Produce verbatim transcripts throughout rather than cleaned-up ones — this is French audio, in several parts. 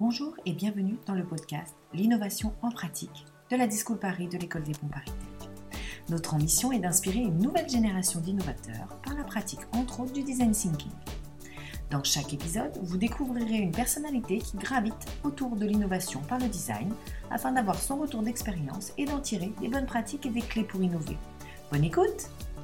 Bonjour et bienvenue dans le podcast L'innovation en pratique de la Discool Paris de l'École des Ponts Paris Tech. Notre ambition est d'inspirer une nouvelle génération d'innovateurs par la pratique entre autres du design thinking. Dans chaque épisode, vous découvrirez une personnalité qui gravite autour de l'innovation par le design afin d'avoir son retour d'expérience et d'en tirer des bonnes pratiques et des clés pour innover. Bonne écoute!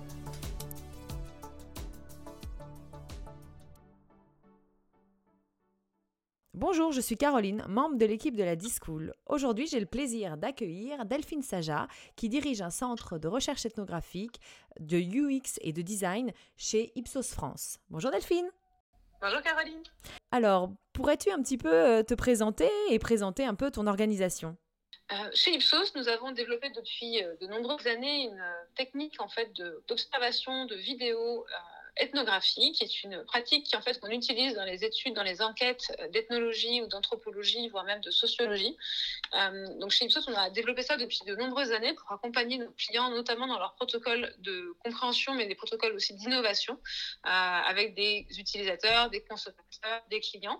Bonjour, je suis Caroline, membre de l'équipe de la Discool. Aujourd'hui, j'ai le plaisir d'accueillir Delphine Saja, qui dirige un centre de recherche ethnographique, de U X et de design chez Ipsos France. Bonjour Delphine. Bonjour Caroline. Alors, pourrais-tu un petit peu te présenter et présenter un peu ton organisation ? Euh, chez Ipsos, nous avons développé depuis de nombreuses années une technique en fait de, d'observation de vidéos euh, ethnographiques, qui est une pratique qui en fait qu'on utilise dans les études, dans les enquêtes d'ethnologie ou d'anthropologie, voire même de sociologie. Euh, donc chez Ipsos, on a développé ça depuis de nombreuses années pour accompagner nos clients, notamment dans leurs protocoles de compréhension, mais des protocoles aussi d'innovation, euh, avec des utilisateurs, des consommateurs, des clients.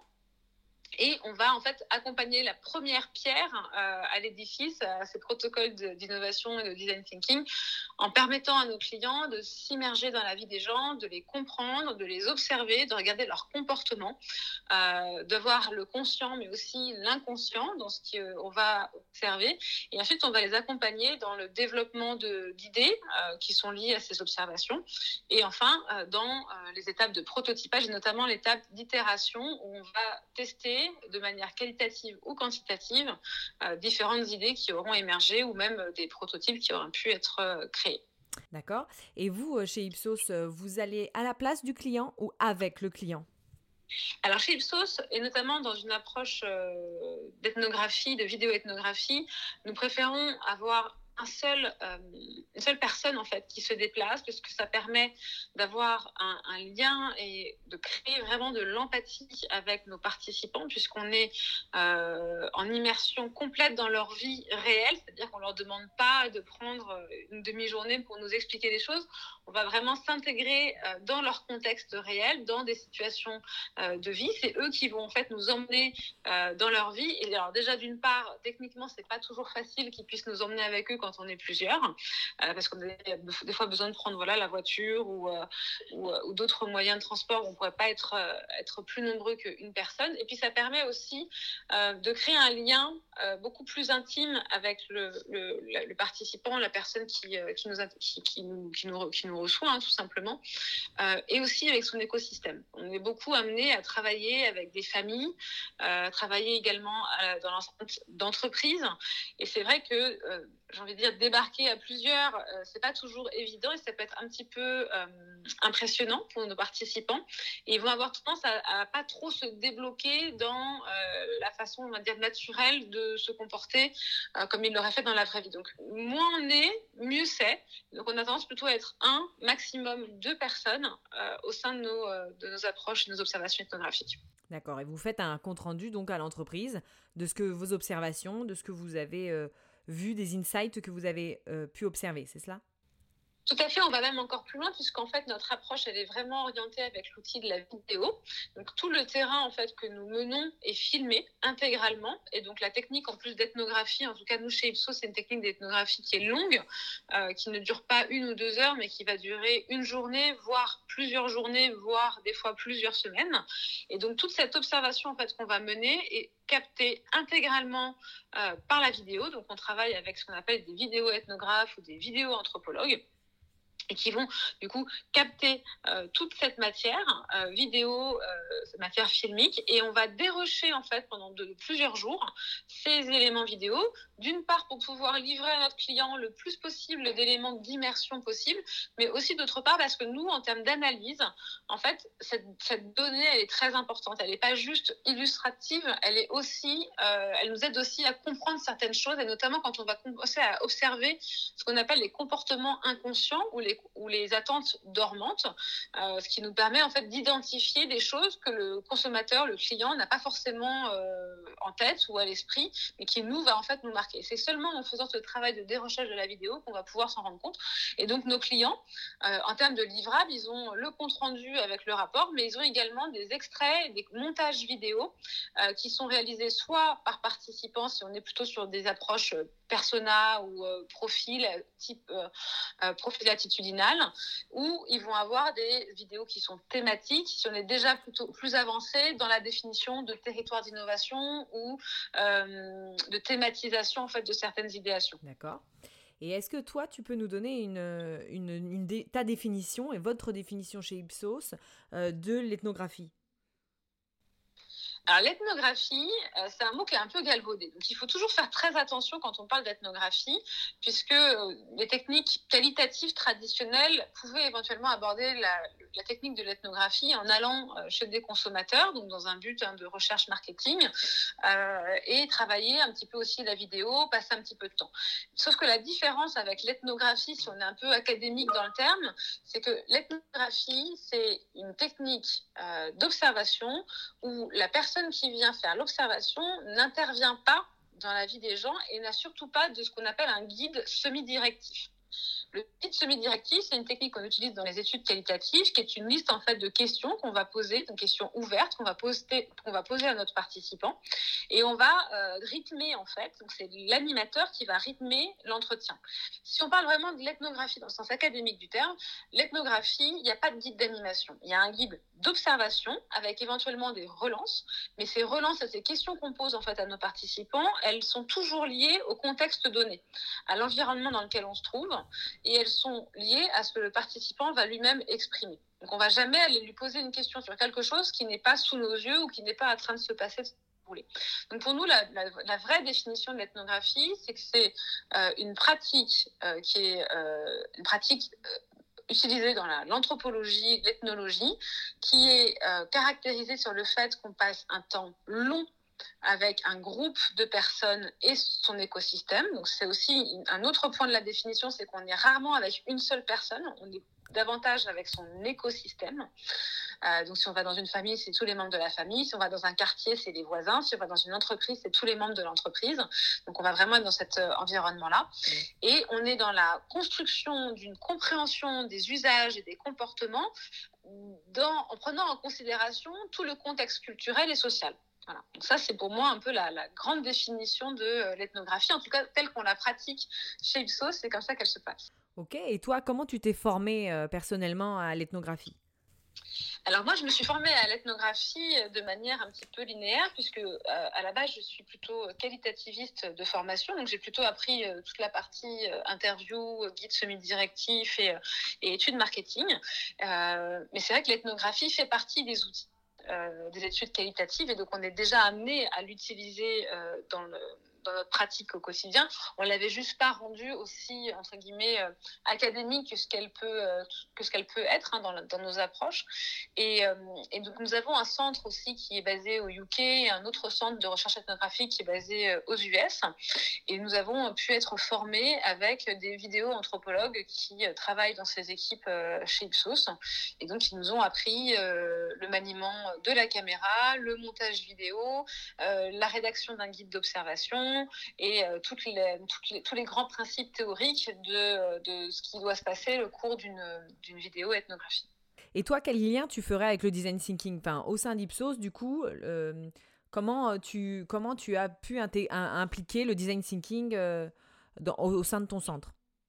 Et on va en fait accompagner la première pierre euh, à l'édifice, à ces protocoles de, d'innovation et de design thinking, en permettant à nos clients de s'immerger dans la vie des gens, de les comprendre, de les observer, de regarder leur comportement, euh, de voir le conscient mais aussi l'inconscient dans ce qu'on va observer. Et ensuite, on va les accompagner dans le développement de, d'idées euh, qui sont liées à ces observations. Et enfin, euh, dans euh, les étapes de prototypage, et notamment l'étape d'itération où on va tester de manière qualitative ou quantitative euh, différentes idées qui auront émergé ou même euh, des prototypes qui auront pu être euh, créés. D'accord. Et vous, chez Ipsos, vous allez à la place du client ou avec le client ? Alors chez Ipsos, et notamment dans une approche euh, d'ethnographie, de vidéo-ethnographie, nous préférons avoir un seul, euh, une seule personne en fait qui se déplace, parce que ça permet d'avoir un, un lien et de créer vraiment de l'empathie avec nos participants, puisqu'on est euh, en immersion complète dans leur vie réelle, c'est-à-dire qu'on leur demande pas de prendre une demi-journée pour nous expliquer des choses. On va vraiment s'intégrer euh, dans leur contexte réel, dans des situations euh, de vie. C'est eux qui vont en fait nous emmener euh, dans leur vie. Et alors déjà d'une part, techniquement, c'est pas toujours facile qu'ils puissent nous emmener avec eux quand on est plusieurs, euh, parce qu'on a des fois besoin de prendre voilà, la voiture ou, euh, ou, ou d'autres moyens de transport où on ne pourrait pas être, euh, être plus nombreux qu'une personne. Et puis ça permet aussi euh, de créer un lien euh, beaucoup plus intime avec le, le, le participant, la personne qui, euh, qui, nous, qui, qui, nous, qui, nous, qui nous reçoit, hein, tout simplement, euh, et aussi avec son écosystème. On est beaucoup amené à travailler avec des familles, euh, travailler également euh, dans l'enceinte d'entreprises. Et c'est vrai que euh, j'ai envie de dire, débarquer à plusieurs, euh, c'est pas toujours évident et ça peut être un petit peu euh, impressionnant pour nos participants. Et ils vont avoir tendance à, à pas trop se débloquer dans euh, la façon, on va dire, naturelle de se comporter euh, comme ils l'auraient fait dans la vraie vie. Donc, moins on est, mieux c'est. Donc, on a tendance plutôt à être un, maximum deux personnes euh, au sein de nos, euh, de nos approches et nos observations ethnographiques. D'accord. Et vous faites un compte-rendu donc à l'entreprise de ce que vos observations, de ce que vous avez euh, vu, des insights que vous avez euh, pu observer, c'est cela ? Tout à fait, on va même encore plus loin puisqu'en fait notre approche elle est vraiment orientée avec l'outil de la vidéo. Donc tout le terrain en fait que nous menons est filmé intégralement et donc la technique en plus d'ethnographie, en tout cas nous chez Ipsos, c'est une technique d'ethnographie qui est longue, euh, qui ne dure pas une ou deux heures mais qui va durer une journée, voire plusieurs journées, voire des fois plusieurs semaines. Et donc toute cette observation en fait qu'on va mener est captée intégralement euh, par la vidéo. Donc on travaille avec ce qu'on appelle des vidéo-ethnographes ou des vidéo-anthropologues, et qui vont du coup capter euh, toute cette matière euh, vidéo, euh, cette matière filmique, et on va dérocher en fait pendant de, de plusieurs jours ces éléments vidéo, d'une part pour pouvoir livrer à notre client le plus possible d'éléments d'immersion possible, mais aussi d'autre part parce que nous, en termes d'analyse, en fait, cette, cette donnée, elle est très importante. Elle n'est pas juste illustrative, elle est aussi, euh, elle nous aide aussi à comprendre certaines choses, et notamment quand on va commencer à observer ce qu'on appelle les comportements inconscients ou les les, ou les attentes dormantes, euh, ce qui nous permet en fait d'identifier des choses que le consommateur, le client n'a pas forcément euh, en tête ou à l'esprit, mais qui nous va en fait nous marquer. C'est seulement en faisant ce travail de dérochage de la vidéo qu'on va pouvoir s'en rendre compte. Et donc nos clients, euh, en termes de livrables, ils ont le compte rendu avec le rapport, mais ils ont également des extraits, des montages vidéo euh, qui sont réalisés soit par participants, si on est plutôt sur des approches persona ou euh, profil type euh, euh, profil attitudinal, où ils vont avoir des vidéos qui sont thématiques, si on est déjà plutôt plus avancé dans la définition de territoire d'innovation ou euh, de thématisation en fait de certaines idéations. D'accord. Et est-ce que toi, tu peux nous donner une, une, une dé- ta définition et votre définition chez Ipsos euh, de l'ethnographie ? Alors, l'ethnographie, euh, c'est un mot qui est un peu galvaudé. Donc, il faut toujours faire très attention quand on parle d'ethnographie, puisque euh, les techniques qualitatives traditionnelles pouvaient éventuellement aborder la, la technique de l'ethnographie en allant euh, chez des consommateurs, donc dans un but hein, de recherche marketing, euh, et travailler un petit peu aussi la vidéo, passer un petit peu de temps. Sauf que la différence avec l'ethnographie, si on est un peu académique dans le terme, c'est que l'ethnographie, c'est une technique euh, d'observation où la personne qui vient faire l'observation n'intervient pas dans la vie des gens et n'a surtout pas de ce qu'on appelle un guide semi-directif. Le guide semi-directif, c'est une technique qu'on utilise dans les études qualitatives, qui est une liste en fait de questions qu'on va poser, une question ouverte qu'on va poser, qu'on va poser à notre participant, et on va euh, rythmer en fait. Donc c'est l'animateur qui va rythmer l'entretien. Si on parle vraiment de l'ethnographie dans le sens académique du terme, l'ethnographie, il n'y a pas de guide d'animation. Il y a un guide d'observation avec éventuellement des relances, mais ces relances et ces questions qu'on pose en fait à nos participants, elles sont toujours liées au contexte donné, à l'environnement dans lequel on se trouve, et elles sont liées à ce que le participant va lui-même exprimer. Donc on ne va jamais aller lui poser une question sur quelque chose qui n'est pas sous nos yeux ou qui n'est pas en train de se passer. Donc pour nous, la, la, la vraie définition de l'ethnographie, c'est que c'est euh, une pratique euh, qui est euh, une pratique euh, utilisée dans la, l'anthropologie, l'ethnologie, qui est euh, caractérisée sur le fait qu'on passe un temps long avec un groupe de personnes et son écosystème. Donc c'est aussi un autre point de la définition, c'est qu'on est rarement avec une seule personne, on est davantage avec son écosystème. Euh, donc si on va dans une famille, c'est tous les membres de la famille. Si on va dans un quartier, c'est les voisins. Si on va dans une entreprise, c'est tous les membres de l'entreprise. Donc on va vraiment être dans cet euh, environnement-là. Et on est dans la construction d'une compréhension des usages et des comportements dans, en prenant en considération tout le contexte culturel et social. Voilà. Donc ça, c'est pour moi un peu la, la grande définition de euh, l'ethnographie, en tout cas telle qu'on la pratique chez Ipsos, c'est comme ça qu'elle se passe. Ok, et toi, comment tu t'es formée euh, personnellement à l'ethnographie ? Alors moi, je me suis formée à l'ethnographie de manière un petit peu linéaire, puisque euh, à la base, je suis plutôt qualitativiste de formation, donc j'ai plutôt appris euh, toute la partie euh, interview, guide semi-directif et, euh, et études marketing. Euh, mais c'est vrai que l'ethnographie fait partie des outils Euh, des études qualitatives, et donc on est déjà amené à l'utiliser euh, dans, le, dans notre pratique au quotidien. On l'avait juste pas rendue aussi entre guillemets euh, académique que ce qu'elle peut euh, que ce qu'elle peut être hein, dans, la, dans nos approches. Et, euh, et donc nous avons un centre aussi qui est basé au U K et un autre centre de recherche ethnographique qui est basé euh, aux U S. Et nous avons pu être formés avec des vidéo-anthropologues qui euh, travaillent dans ces équipes euh, chez Ipsos, et donc ils nous ont appris euh, le maniement de la caméra, le montage vidéo, euh, la rédaction d'un guide d'observation et euh, toutes les, toutes les, tous les grands principes théoriques de, de ce qui doit se passer au cours d'une, d'une vidéo ethnographie. Et toi, quel lien tu ferais avec le design thinking ? Enfin, au sein d'Ipsos, du coup, euh, comment, tu, comment tu as pu inté- impliquer le design thinking euh, dans, au, au sein de ton centre ?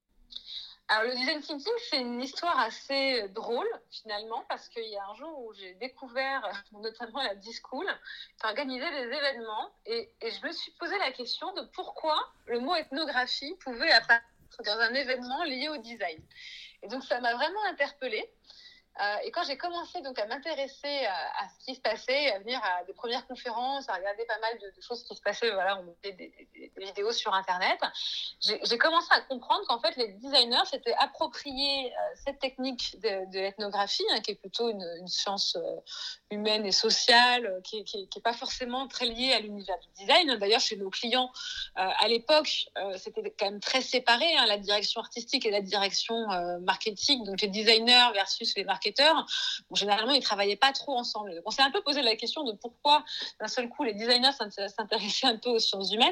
Alors, le design thinking, c'est une histoire assez drôle, finalement, parce qu'il y a un jour où j'ai découvert, notamment la D-School, qui organisait des événements, et, et je me suis posé la question de pourquoi le mot ethnographie pouvait apparaître dans un événement lié au design. Et donc, ça m'a vraiment interpellée. Euh, et quand j'ai commencé donc à m'intéresser à, à ce qui se passait, à venir à des premières conférences, à regarder pas mal de, de choses qui se passaient, voilà, on mettait des, des, des vidéos sur Internet, j'ai, j'ai commencé à comprendre qu'en fait les designers s'étaient appropriés euh, cette technique de, de l'ethnographie, hein, qui est plutôt une, une science euh, humaine et sociale, euh, qui n'est pas forcément très liée à l'univers du design. D'ailleurs, chez nos clients, euh, à l'époque, euh, c'était quand même très séparé, hein, la direction artistique et la direction euh, marketing, donc les designers versus les marketeurs. Bon, généralement, ils ne travaillaient pas trop ensemble. Donc, on s'est un peu posé la question de pourquoi, d'un seul coup, les designers s'intéressaient un peu aux sciences humaines.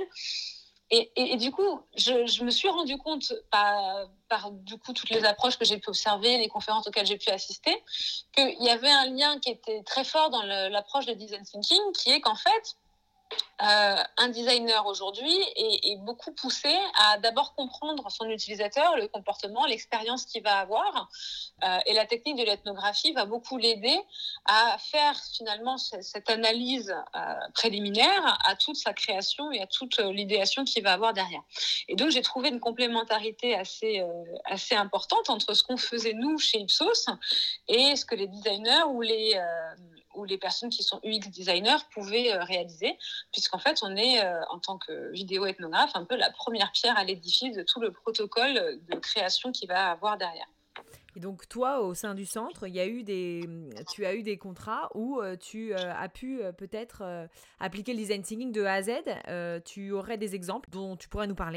Et, et, et du coup, je, je me suis rendu compte, par, par du coup, toutes les approches que j'ai pu observer, les conférences auxquelles j'ai pu assister, qu'il y avait un lien qui était très fort dans le, l'approche de design thinking, qui est qu'en fait, Euh, un designer aujourd'hui est, est beaucoup poussé à d'abord comprendre son utilisateur, le comportement, l'expérience qu'il va avoir. Euh, et la technique de l'ethnographie va beaucoup l'aider à faire finalement cette analyse euh, préliminaire à toute sa création et à toute l'idéation qu'il va avoir derrière. Et donc, j'ai trouvé une complémentarité assez, euh, assez importante entre ce qu'on faisait nous chez Ipsos et ce que les designers ou les... Euh, où les personnes qui sont U X designers pouvaient euh, réaliser, puisqu'en fait, on est, euh, en tant que vidéo-ethnographe, un peu la première pierre à l'édifice de tout le protocole de création qu'il va avoir derrière. Et donc, toi, au sein du centre, il y a eu des, tu as eu des contrats où euh, tu euh, as pu euh, peut-être euh, appliquer le design thinking de A à Z. Euh, tu aurais des exemples dont tu pourrais nous parler ?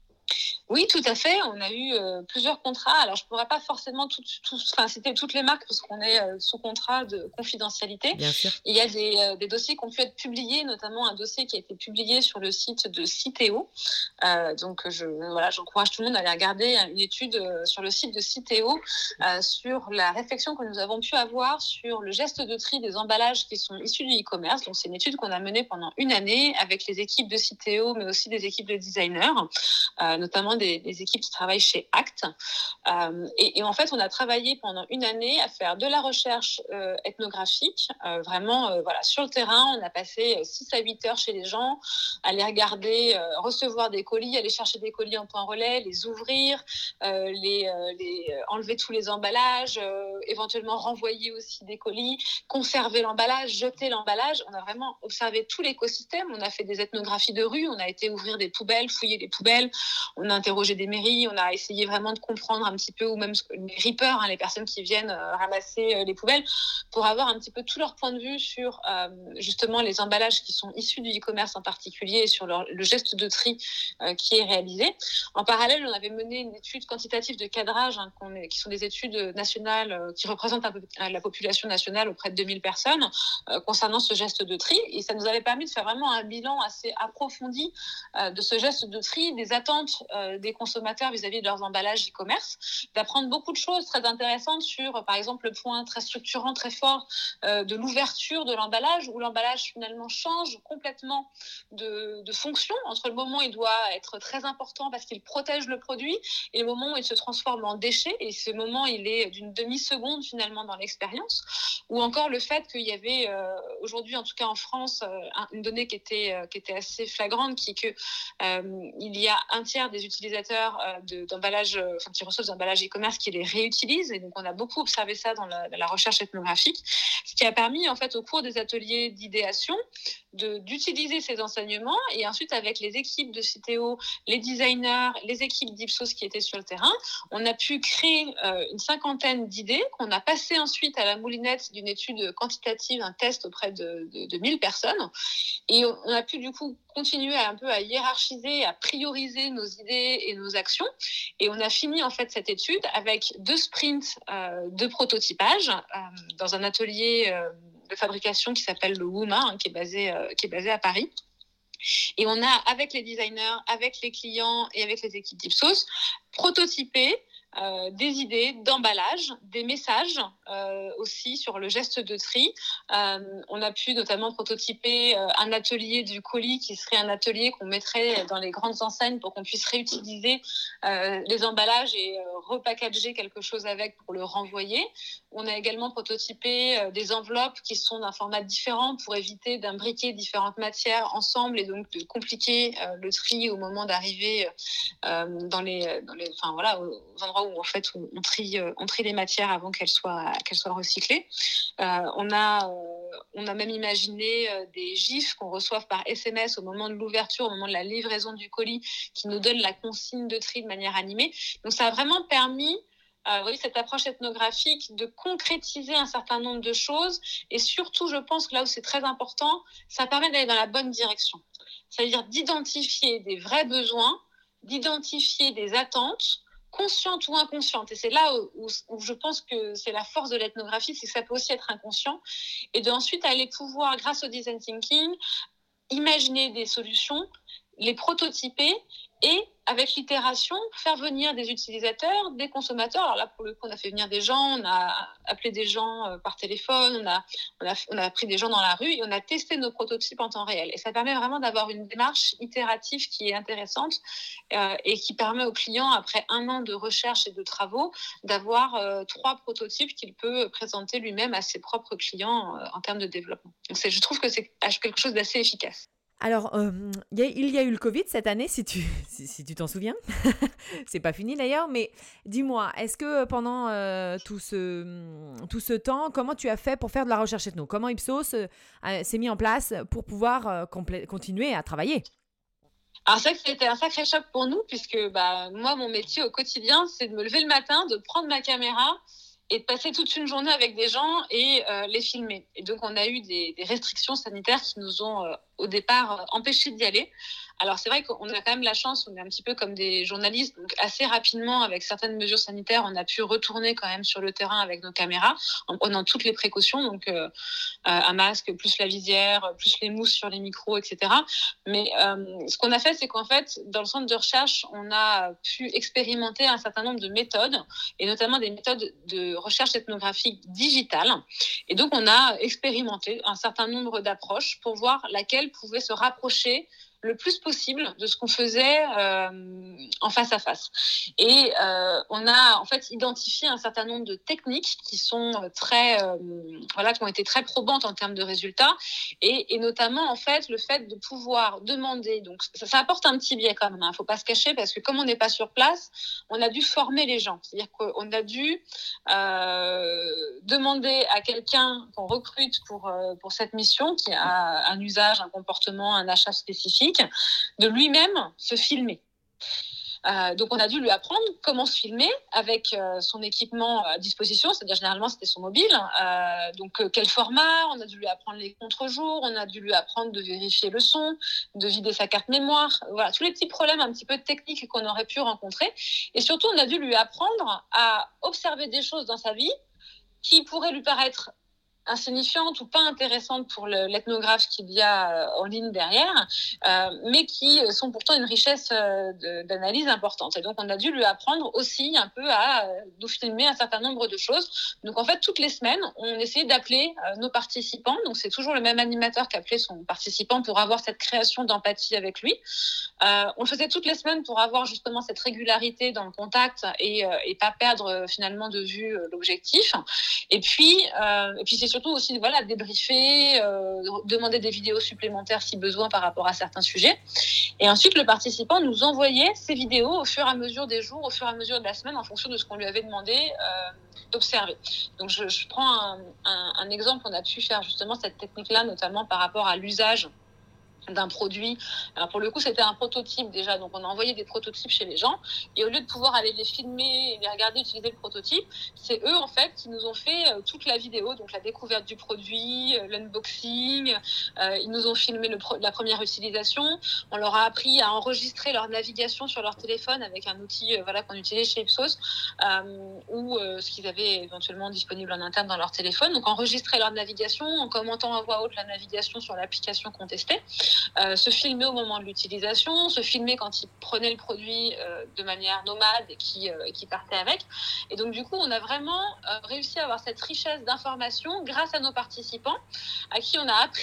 Oui, tout à fait. On a eu euh, plusieurs contrats. Alors, je ne pourrais pas forcément tout, tout, enfin, citer toutes les marques parce qu'on est euh, sous contrat de confidentialité. Bien sûr. Il y a des, euh, des dossiers qui ont pu être publiés, notamment un dossier qui a été publié sur le site de Citeo. Euh, donc, je, voilà, j'encourage tout le monde à aller regarder une étude euh, sur le site de Citeo euh, sur la réflexion que nous avons pu avoir sur le geste de tri des emballages qui sont issus du e-commerce. Donc, c'est une étude qu'on a menée pendant une année avec les équipes de Citeo, mais aussi des équipes de designers, euh, notamment Des, des équipes qui travaillent chez Act. Euh, et, et en fait, on a travaillé pendant une année à faire de la recherche euh, ethnographique, euh, vraiment euh, voilà, sur le terrain. On a passé six à huit heures chez les gens, aller regarder, euh, recevoir des colis, aller chercher des colis en point relais, les ouvrir, euh, les, euh, les, euh, enlever tous les emballages, euh, éventuellement renvoyer aussi des colis, conserver l'emballage, jeter l'emballage. On a vraiment observé tout l'écosystème. On a fait des ethnographies de rue, on a été ouvrir des poubelles, fouiller les poubelles, on a interrogé des mairies, on a essayé vraiment de comprendre un petit peu, ou même les reapers, hein, les personnes qui viennent euh, ramasser euh, les poubelles, pour avoir un petit peu tout leur point de vue sur euh, justement les emballages qui sont issus du e-commerce en particulier et sur leur, le geste de tri euh, qui est réalisé. En parallèle, on avait mené une étude quantitative de cadrage, hein, qu'on est, qui sont des études nationales euh, qui représentent un peu la population nationale auprès de deux mille personnes euh, concernant ce geste de tri, et ça nous avait permis de faire vraiment un bilan assez approfondi euh, de ce geste de tri, des attentes euh, des consommateurs vis-à-vis de leurs emballages e-commerce, d'apprendre beaucoup de choses très intéressantes sur, par exemple, le point très structurant, très fort euh, de l'ouverture de l'emballage, où l'emballage finalement change complètement de, de fonction entre le moment où il doit être très important parce qu'il protège le produit et le moment où il se transforme en déchet, et ce moment il est d'une demi-seconde finalement dans l'expérience. Ou encore le fait qu'il y avait euh, aujourd'hui, en tout cas en France, euh, une donnée qui était, euh, qui était assez flagrante, qui est que euh, il y a un tiers des utilisateurs euh, de, d'emballage, euh, enfin, qui reçoivent des emballages e-commerce qui les réutilisent, et donc on a beaucoup observé ça dans la, dans la recherche ethnographique, ce qui a permis en fait au cours des ateliers d'idéation de, d'utiliser ces enseignements, et ensuite avec les équipes de Citeo, les designers, les équipes d'Ipsos qui étaient sur le terrain, on a pu créer euh, une cinquantaine d'idées qu'on a passées ensuite à la moulinette d'une étude quantitative, un test auprès de, de, de mille personnes, et on a pu du coup continuer à, un peu à hiérarchiser, à prioriser nos idées et nos actions, et on a fini en fait cette étude avec deux sprints euh, de prototypage euh, dans un atelier euh, de fabrication qui s'appelle le Wooma, hein, qui est basé euh, qui est basé à Paris. Et on a, avec les designers, avec les clients et avec les équipes d'Ipsos, prototypé Euh, des idées d'emballage, des messages euh, aussi sur le geste de tri. Euh, on a pu notamment prototyper euh, un atelier du colis qui serait un atelier qu'on mettrait dans les grandes enseignes pour qu'on puisse réutiliser euh, les emballages et euh, repackager quelque chose avec pour le renvoyer. On a également prototypé euh, des enveloppes qui sont d'un format différent pour éviter d'imbriquer différentes matières ensemble et donc de compliquer euh, le tri au moment d'arriver euh, dans les, dans les, enfin voilà, aux endroits où en fait on, on trie, on trie les matières avant qu'elles soient, qu'elles soient recyclées. Euh, on a, euh, on a même imaginé euh, des gifs qu'on reçoive par S M S au moment de l'ouverture, au moment de la livraison du colis, qui nous donnent la consigne de tri de manière animée. Donc ça a vraiment permis Euh, oui, cette approche ethnographique, de concrétiser un certain nombre de choses. Et surtout, je pense que là où c'est très important, ça permet d'aller dans la bonne direction. C'est-à-dire d'identifier des vrais besoins, d'identifier des attentes, conscientes ou inconscientes. Et c'est là où, où, où je pense que c'est la force de l'ethnographie, c'est que ça peut aussi être inconscient. Et d'ensuite aller pouvoir, grâce au design thinking, imaginer des solutions, les prototyper et, avec l'itération, faire venir des utilisateurs, des consommateurs. Alors là, pour le coup, on a fait venir des gens, on a appelé des gens par téléphone, on a, on a, on a pris des gens dans la rue et on a testé nos prototypes en temps réel. Et ça permet vraiment d'avoir une démarche itérative qui est intéressante euh, et qui permet au client, après un an de recherche et de travaux, d'avoir euh, trois prototypes qu'il peut présenter lui-même à ses propres clients euh, en termes de développement. Donc c'est, je trouve que c'est quelque chose d'assez efficace. Alors, euh, y a, il y a eu le Covid cette année, si tu, si, si tu t'en souviens. C'est pas fini d'ailleurs, mais dis-moi, est-ce que pendant euh, tout, ce, tout ce temps, comment tu as fait pour faire de la recherche ethno ? Comment Ipsos euh, s'est mis en place pour pouvoir euh, complé- continuer à travailler ? Alors c'est vrai que c'était un sacré choc pour nous, puisque bah, moi, mon métier au quotidien, c'est de me lever le matin, de prendre ma caméra et de passer toute une journée avec des gens et euh, les filmer. Et donc, on a eu des, des restrictions sanitaires qui nous ont, euh, au départ, euh, empêchés d'y aller. Alors, c'est vrai qu'on a quand même la chance, on est un petit peu comme des journalistes, donc assez rapidement, avec certaines mesures sanitaires, on a pu retourner quand même sur le terrain avec nos caméras, en prenant toutes les précautions, donc euh, un masque, plus la visière, plus les mousses sur les micros, et cetera. Mais euh, ce qu'on a fait, c'est qu'en fait, dans le centre de recherche, on a pu expérimenter un certain nombre de méthodes, et notamment des méthodes de recherche ethnographique digitale. Et donc, on a expérimenté un certain nombre d'approches pour voir laquelle pouvait se rapprocher le plus possible de ce qu'on faisait euh, en face à face. Et euh, on a en fait identifié un certain nombre de techniques qui sont très, euh, voilà, qui ont été très probantes en termes de résultats, et, et notamment en fait le fait de pouvoir demander. Donc ça, ça apporte un petit biais quand même. Il hein, ne faut pas se cacher, parce que comme on n'est pas sur place, on a dû former les gens. C'est-à-dire qu'on a dû euh, demander à quelqu'un qu'on recrute pour euh, pour cette mission, qui a un usage, un comportement, un achat spécifique, de lui-même se filmer. Euh, donc on a dû lui apprendre comment se filmer avec euh, son équipement à disposition, c'est-à-dire généralement c'était son mobile. Euh, donc euh, quel format, on a dû lui apprendre les contre-jours, on a dû lui apprendre de vérifier le son, de vider sa carte mémoire, voilà, tous les petits problèmes un petit peu techniques qu'on aurait pu rencontrer. Et surtout on a dû lui apprendre à observer des choses dans sa vie qui pourraient lui paraître insignifiantes ou pas intéressantes pour le, l'ethnographe qu'il y a en ligne derrière, euh, mais qui sont pourtant une richesse euh, de, d'analyse importante. Et donc, on a dû lui apprendre aussi un peu à euh, nous filmer un certain nombre de choses. Donc, en fait, toutes les semaines, on essayait d'appeler euh, nos participants. Donc, c'est toujours le même animateur qui appelait son participant pour avoir cette création d'empathie avec lui. Euh, on le faisait toutes les semaines pour avoir justement cette régularité dans le contact et, euh, et pas perdre euh, finalement de vue euh, l'objectif. Et puis, euh, et puis c'est surtout aussi voilà, débriefer, euh, demander des vidéos supplémentaires si besoin par rapport à certains sujets. Et ensuite, le participant nous envoyait ces vidéos au fur et à mesure des jours, au fur et à mesure de la semaine, en fonction de ce qu'on lui avait demandé euh, d'observer. Donc, je, je prends un, un, un exemple. On a pu faire justement cette technique-là, notamment par rapport à l'usage d'un produit. Alors pour le coup, c'était un prototype déjà, donc on a envoyé des prototypes chez les gens, et au lieu de pouvoir aller les filmer et les regarder utiliser le prototype, c'est eux en fait qui nous ont fait euh, toute la vidéo, donc la découverte du produit, euh, l'unboxing, euh, ils nous ont filmé le pro- la première utilisation, on leur a appris à enregistrer leur navigation sur leur téléphone avec un outil euh, voilà, qu'on utilisait chez Ipsos, euh, ou euh, ce qu'ils avaient éventuellement disponible en interne dans leur téléphone, donc enregistrer leur navigation en commentant à voix haute la navigation sur l'application qu'on testait. Euh, se filmer au moment de l'utilisation, se filmer quand ils prenaient le produit euh, de manière nomade et qui, euh, qui partaient avec. Et donc, du coup, on a vraiment euh, réussi à avoir cette richesse d'informations grâce à nos participants, à qui on a appris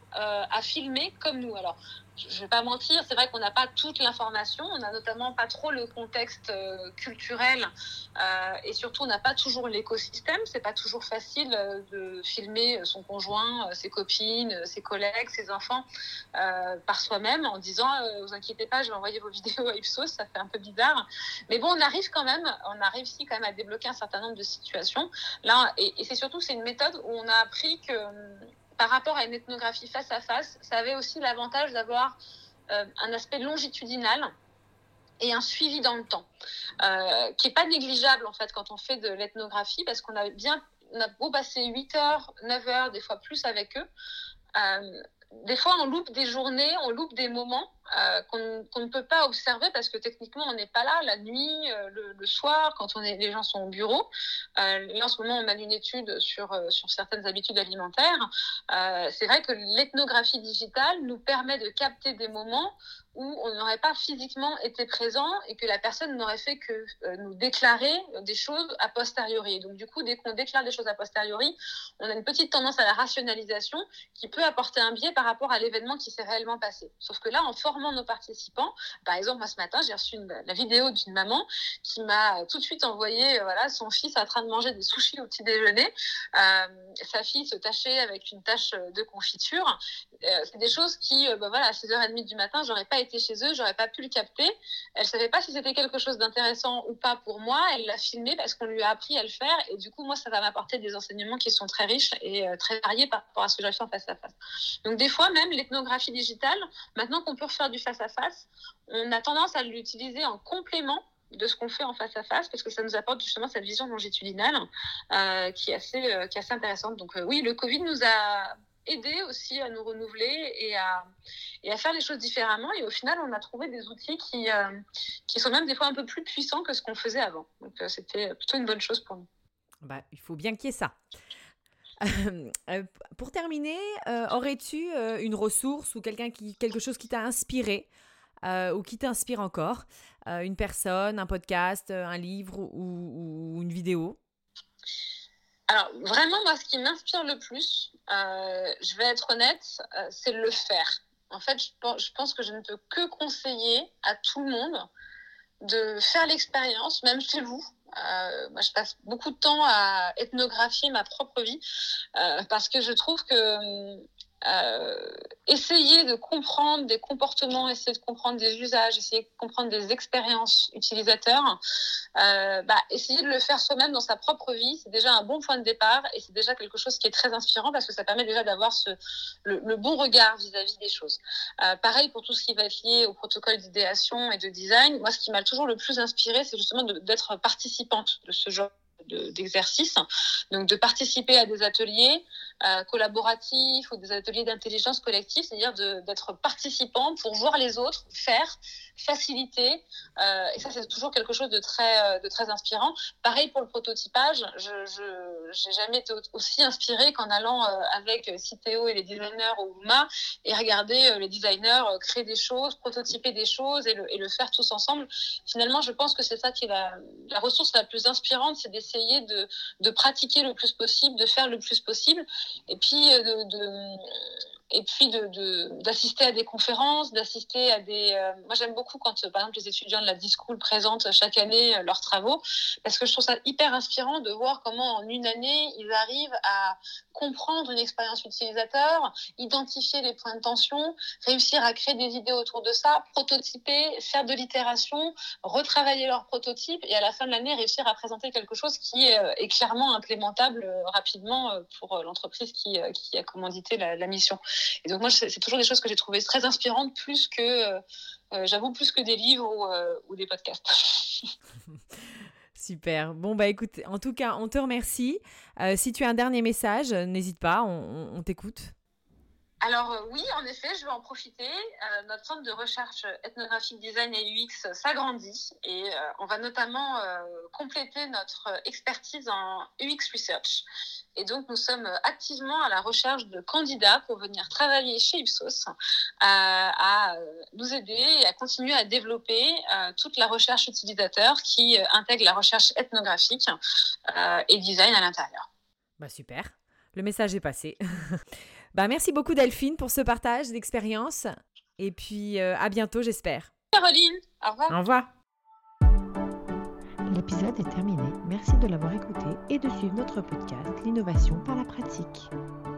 euh, à filmer comme nous. Alors, je ne vais pas mentir, c'est vrai qu'on n'a pas toute l'information, on n'a notamment pas trop le contexte euh, culturel euh, et surtout on n'a pas toujours l'écosystème, c'est pas toujours facile euh, de filmer son conjoint, euh, ses copines, euh, ses collègues, ses enfants euh, par soi-même en disant euh, vous inquiétez pas, je vais envoyer vos vidéos à Ipsos, ça fait un peu bizarre, mais bon on arrive quand même, on a réussi quand même à débloquer un certain nombre de situations là et, et c'est surtout c'est une méthode où on a appris que par rapport à une ethnographie face à face, ça avait aussi l'avantage d'avoir euh, un aspect longitudinal et un suivi dans le temps, euh, qui n'est pas négligeable en fait quand on fait de l'ethnographie, parce qu'on a bien, on a beau passer huit heures, neuf heures, des fois plus avec eux, euh, des fois on loupe des journées, on loupe des moments euh, qu'on, qu'on ne peut pas observer parce que techniquement on n'est pas là la nuit, euh, le, le soir, quand on est, les gens sont au bureau. Euh, là en ce moment on mène une étude sur, euh, sur certaines habitudes alimentaires. Euh, c'est vrai que l'ethnographie digitale nous permet de capter des moments où on n'aurait pas physiquement été présent et que la personne n'aurait fait que euh, nous déclarer des choses a posteriori. Et donc du coup, dès qu'on déclare des choses a posteriori, on a une petite tendance à la rationalisation qui peut apporter un biais par rapport à l'événement qui s'est réellement passé. Sauf que là, en formant nos participants, par exemple, moi ce matin, j'ai reçu une, la vidéo d'une maman qui m'a tout de suite envoyé euh, voilà, son fils en train de manger des sushis au petit déjeuner, euh, sa fille se tâchait avec une tâche de confiture. Euh, c'est des choses qui, euh, bah, voilà, à six heures trente du matin, j'aurais pas été chez eux, j'aurais pas pu le capter. Elle savait pas si c'était quelque chose d'intéressant ou pas pour moi. Elle l'a filmé parce qu'on lui a appris à le faire. Et du coup, moi, ça va m'apporter des enseignements qui sont très riches et euh, très variés par rapport à ce que j'ai fait en face à face. Donc, des fois, même l'ethnographie digitale, maintenant qu'on peut refaire du face à face, on a tendance à l'utiliser en complément de ce qu'on fait en face à face parce que ça nous apporte justement cette vision longitudinale euh, qui est assez, euh, qui est assez intéressante. Donc, euh, oui, le Covid nous a aider aussi à nous renouveler et à, et à faire les choses différemment. Et au final, on a trouvé des outils qui, euh, qui sont même des fois un peu plus puissants que ce qu'on faisait avant. Donc, euh, c'était plutôt une bonne chose pour nous. Bah, il faut bien qu'il y ait ça. Euh, pour terminer, euh, aurais-tu euh, une ressource ou quelqu'un qui, quelque chose qui t'a inspiré euh, ou qui t'inspire encore, euh, une personne, un podcast, un livre ou, ou une vidéo? Alors, vraiment, moi, ce qui m'inspire le plus, euh, je vais être honnête, euh, c'est le faire. En fait, je pense, je pense que je ne peux que conseiller à tout le monde de faire l'expérience, même chez vous. Euh, moi, je passe beaucoup de temps à ethnographier ma propre vie euh, parce que je trouve que euh, essayer de comprendre des comportements, essayer de comprendre des usages, essayer de comprendre des expériences utilisateurs, euh, bah, essayer de le faire soi-même dans sa propre vie, c'est déjà un bon point de départ et c'est déjà quelque chose qui est très inspirant parce que ça permet déjà d'avoir ce, le, le bon regard vis-à-vis des choses. Euh, pareil pour tout ce qui va être lié au protocole d'idéation et de design. Moi, ce qui m'a toujours le plus inspiré, c'est justement de, d'être participante de ce genre De, d'exercices, donc de participer à des ateliers euh, collaboratifs ou des ateliers d'intelligence collective, c'est-à-dire de, d'être participant pour voir les autres faire, faciliter, euh, et ça c'est toujours quelque chose de très, de très inspirant. Pareil pour le prototypage, je, je j'ai jamais été aussi inspirée qu'en allant euh, avec Citeo et les designers au Luma et regarder euh, les designers euh, créer des choses, prototyper des choses et le, et le faire tous ensemble. Finalement, je pense que c'est ça qui est la, la ressource la plus inspirante, c'est d'essayer de, de pratiquer le plus possible, de faire le plus possible, et puis de, de et puis de, de, d'assister à des conférences, d'assister à des... Euh, moi, j'aime beaucoup quand, par exemple, les étudiants de la D-School présentent chaque année euh, leurs travaux, parce que je trouve ça hyper inspirant de voir comment, en une année, ils arrivent à comprendre une expérience utilisateur, identifier les points de tension, réussir à créer des idées autour de ça, prototyper, faire de l'itération, retravailler leur prototype, et à la fin de l'année, réussir à présenter quelque chose qui est, euh, est clairement implémentable euh, rapidement euh, pour euh, l'entreprise qui, euh, qui a commandité la, la mission. Et donc moi, c'est, c'est toujours des choses que j'ai trouvées très inspirantes, plus que, euh, euh, j'avoue, plus que des livres ou, euh, ou des podcasts. Super. Bon, bah écoute, en tout cas, on te remercie. Euh, si tu as un dernier message, n'hésite pas, on, on t'écoute. Alors euh, oui, en effet, je vais en profiter. Euh, notre centre de recherche ethnographique design et U X s'agrandit et euh, on va notamment euh, compléter notre expertise en U X Research. Et donc, nous sommes activement à la recherche de candidats pour venir travailler chez Ipsos, euh, à nous aider et à continuer à développer euh, toute la recherche utilisateur qui euh, intègre la recherche ethnographique euh, et design à l'intérieur. Bah super. Le message est passé. bah, merci beaucoup Delphine pour ce partage d'expérience. Et puis euh, à bientôt, j'espère. Caroline, au revoir. Au revoir. L'épisode est terminé. Merci de l'avoir écouté et de suivre notre podcast L'innovation par la pratique.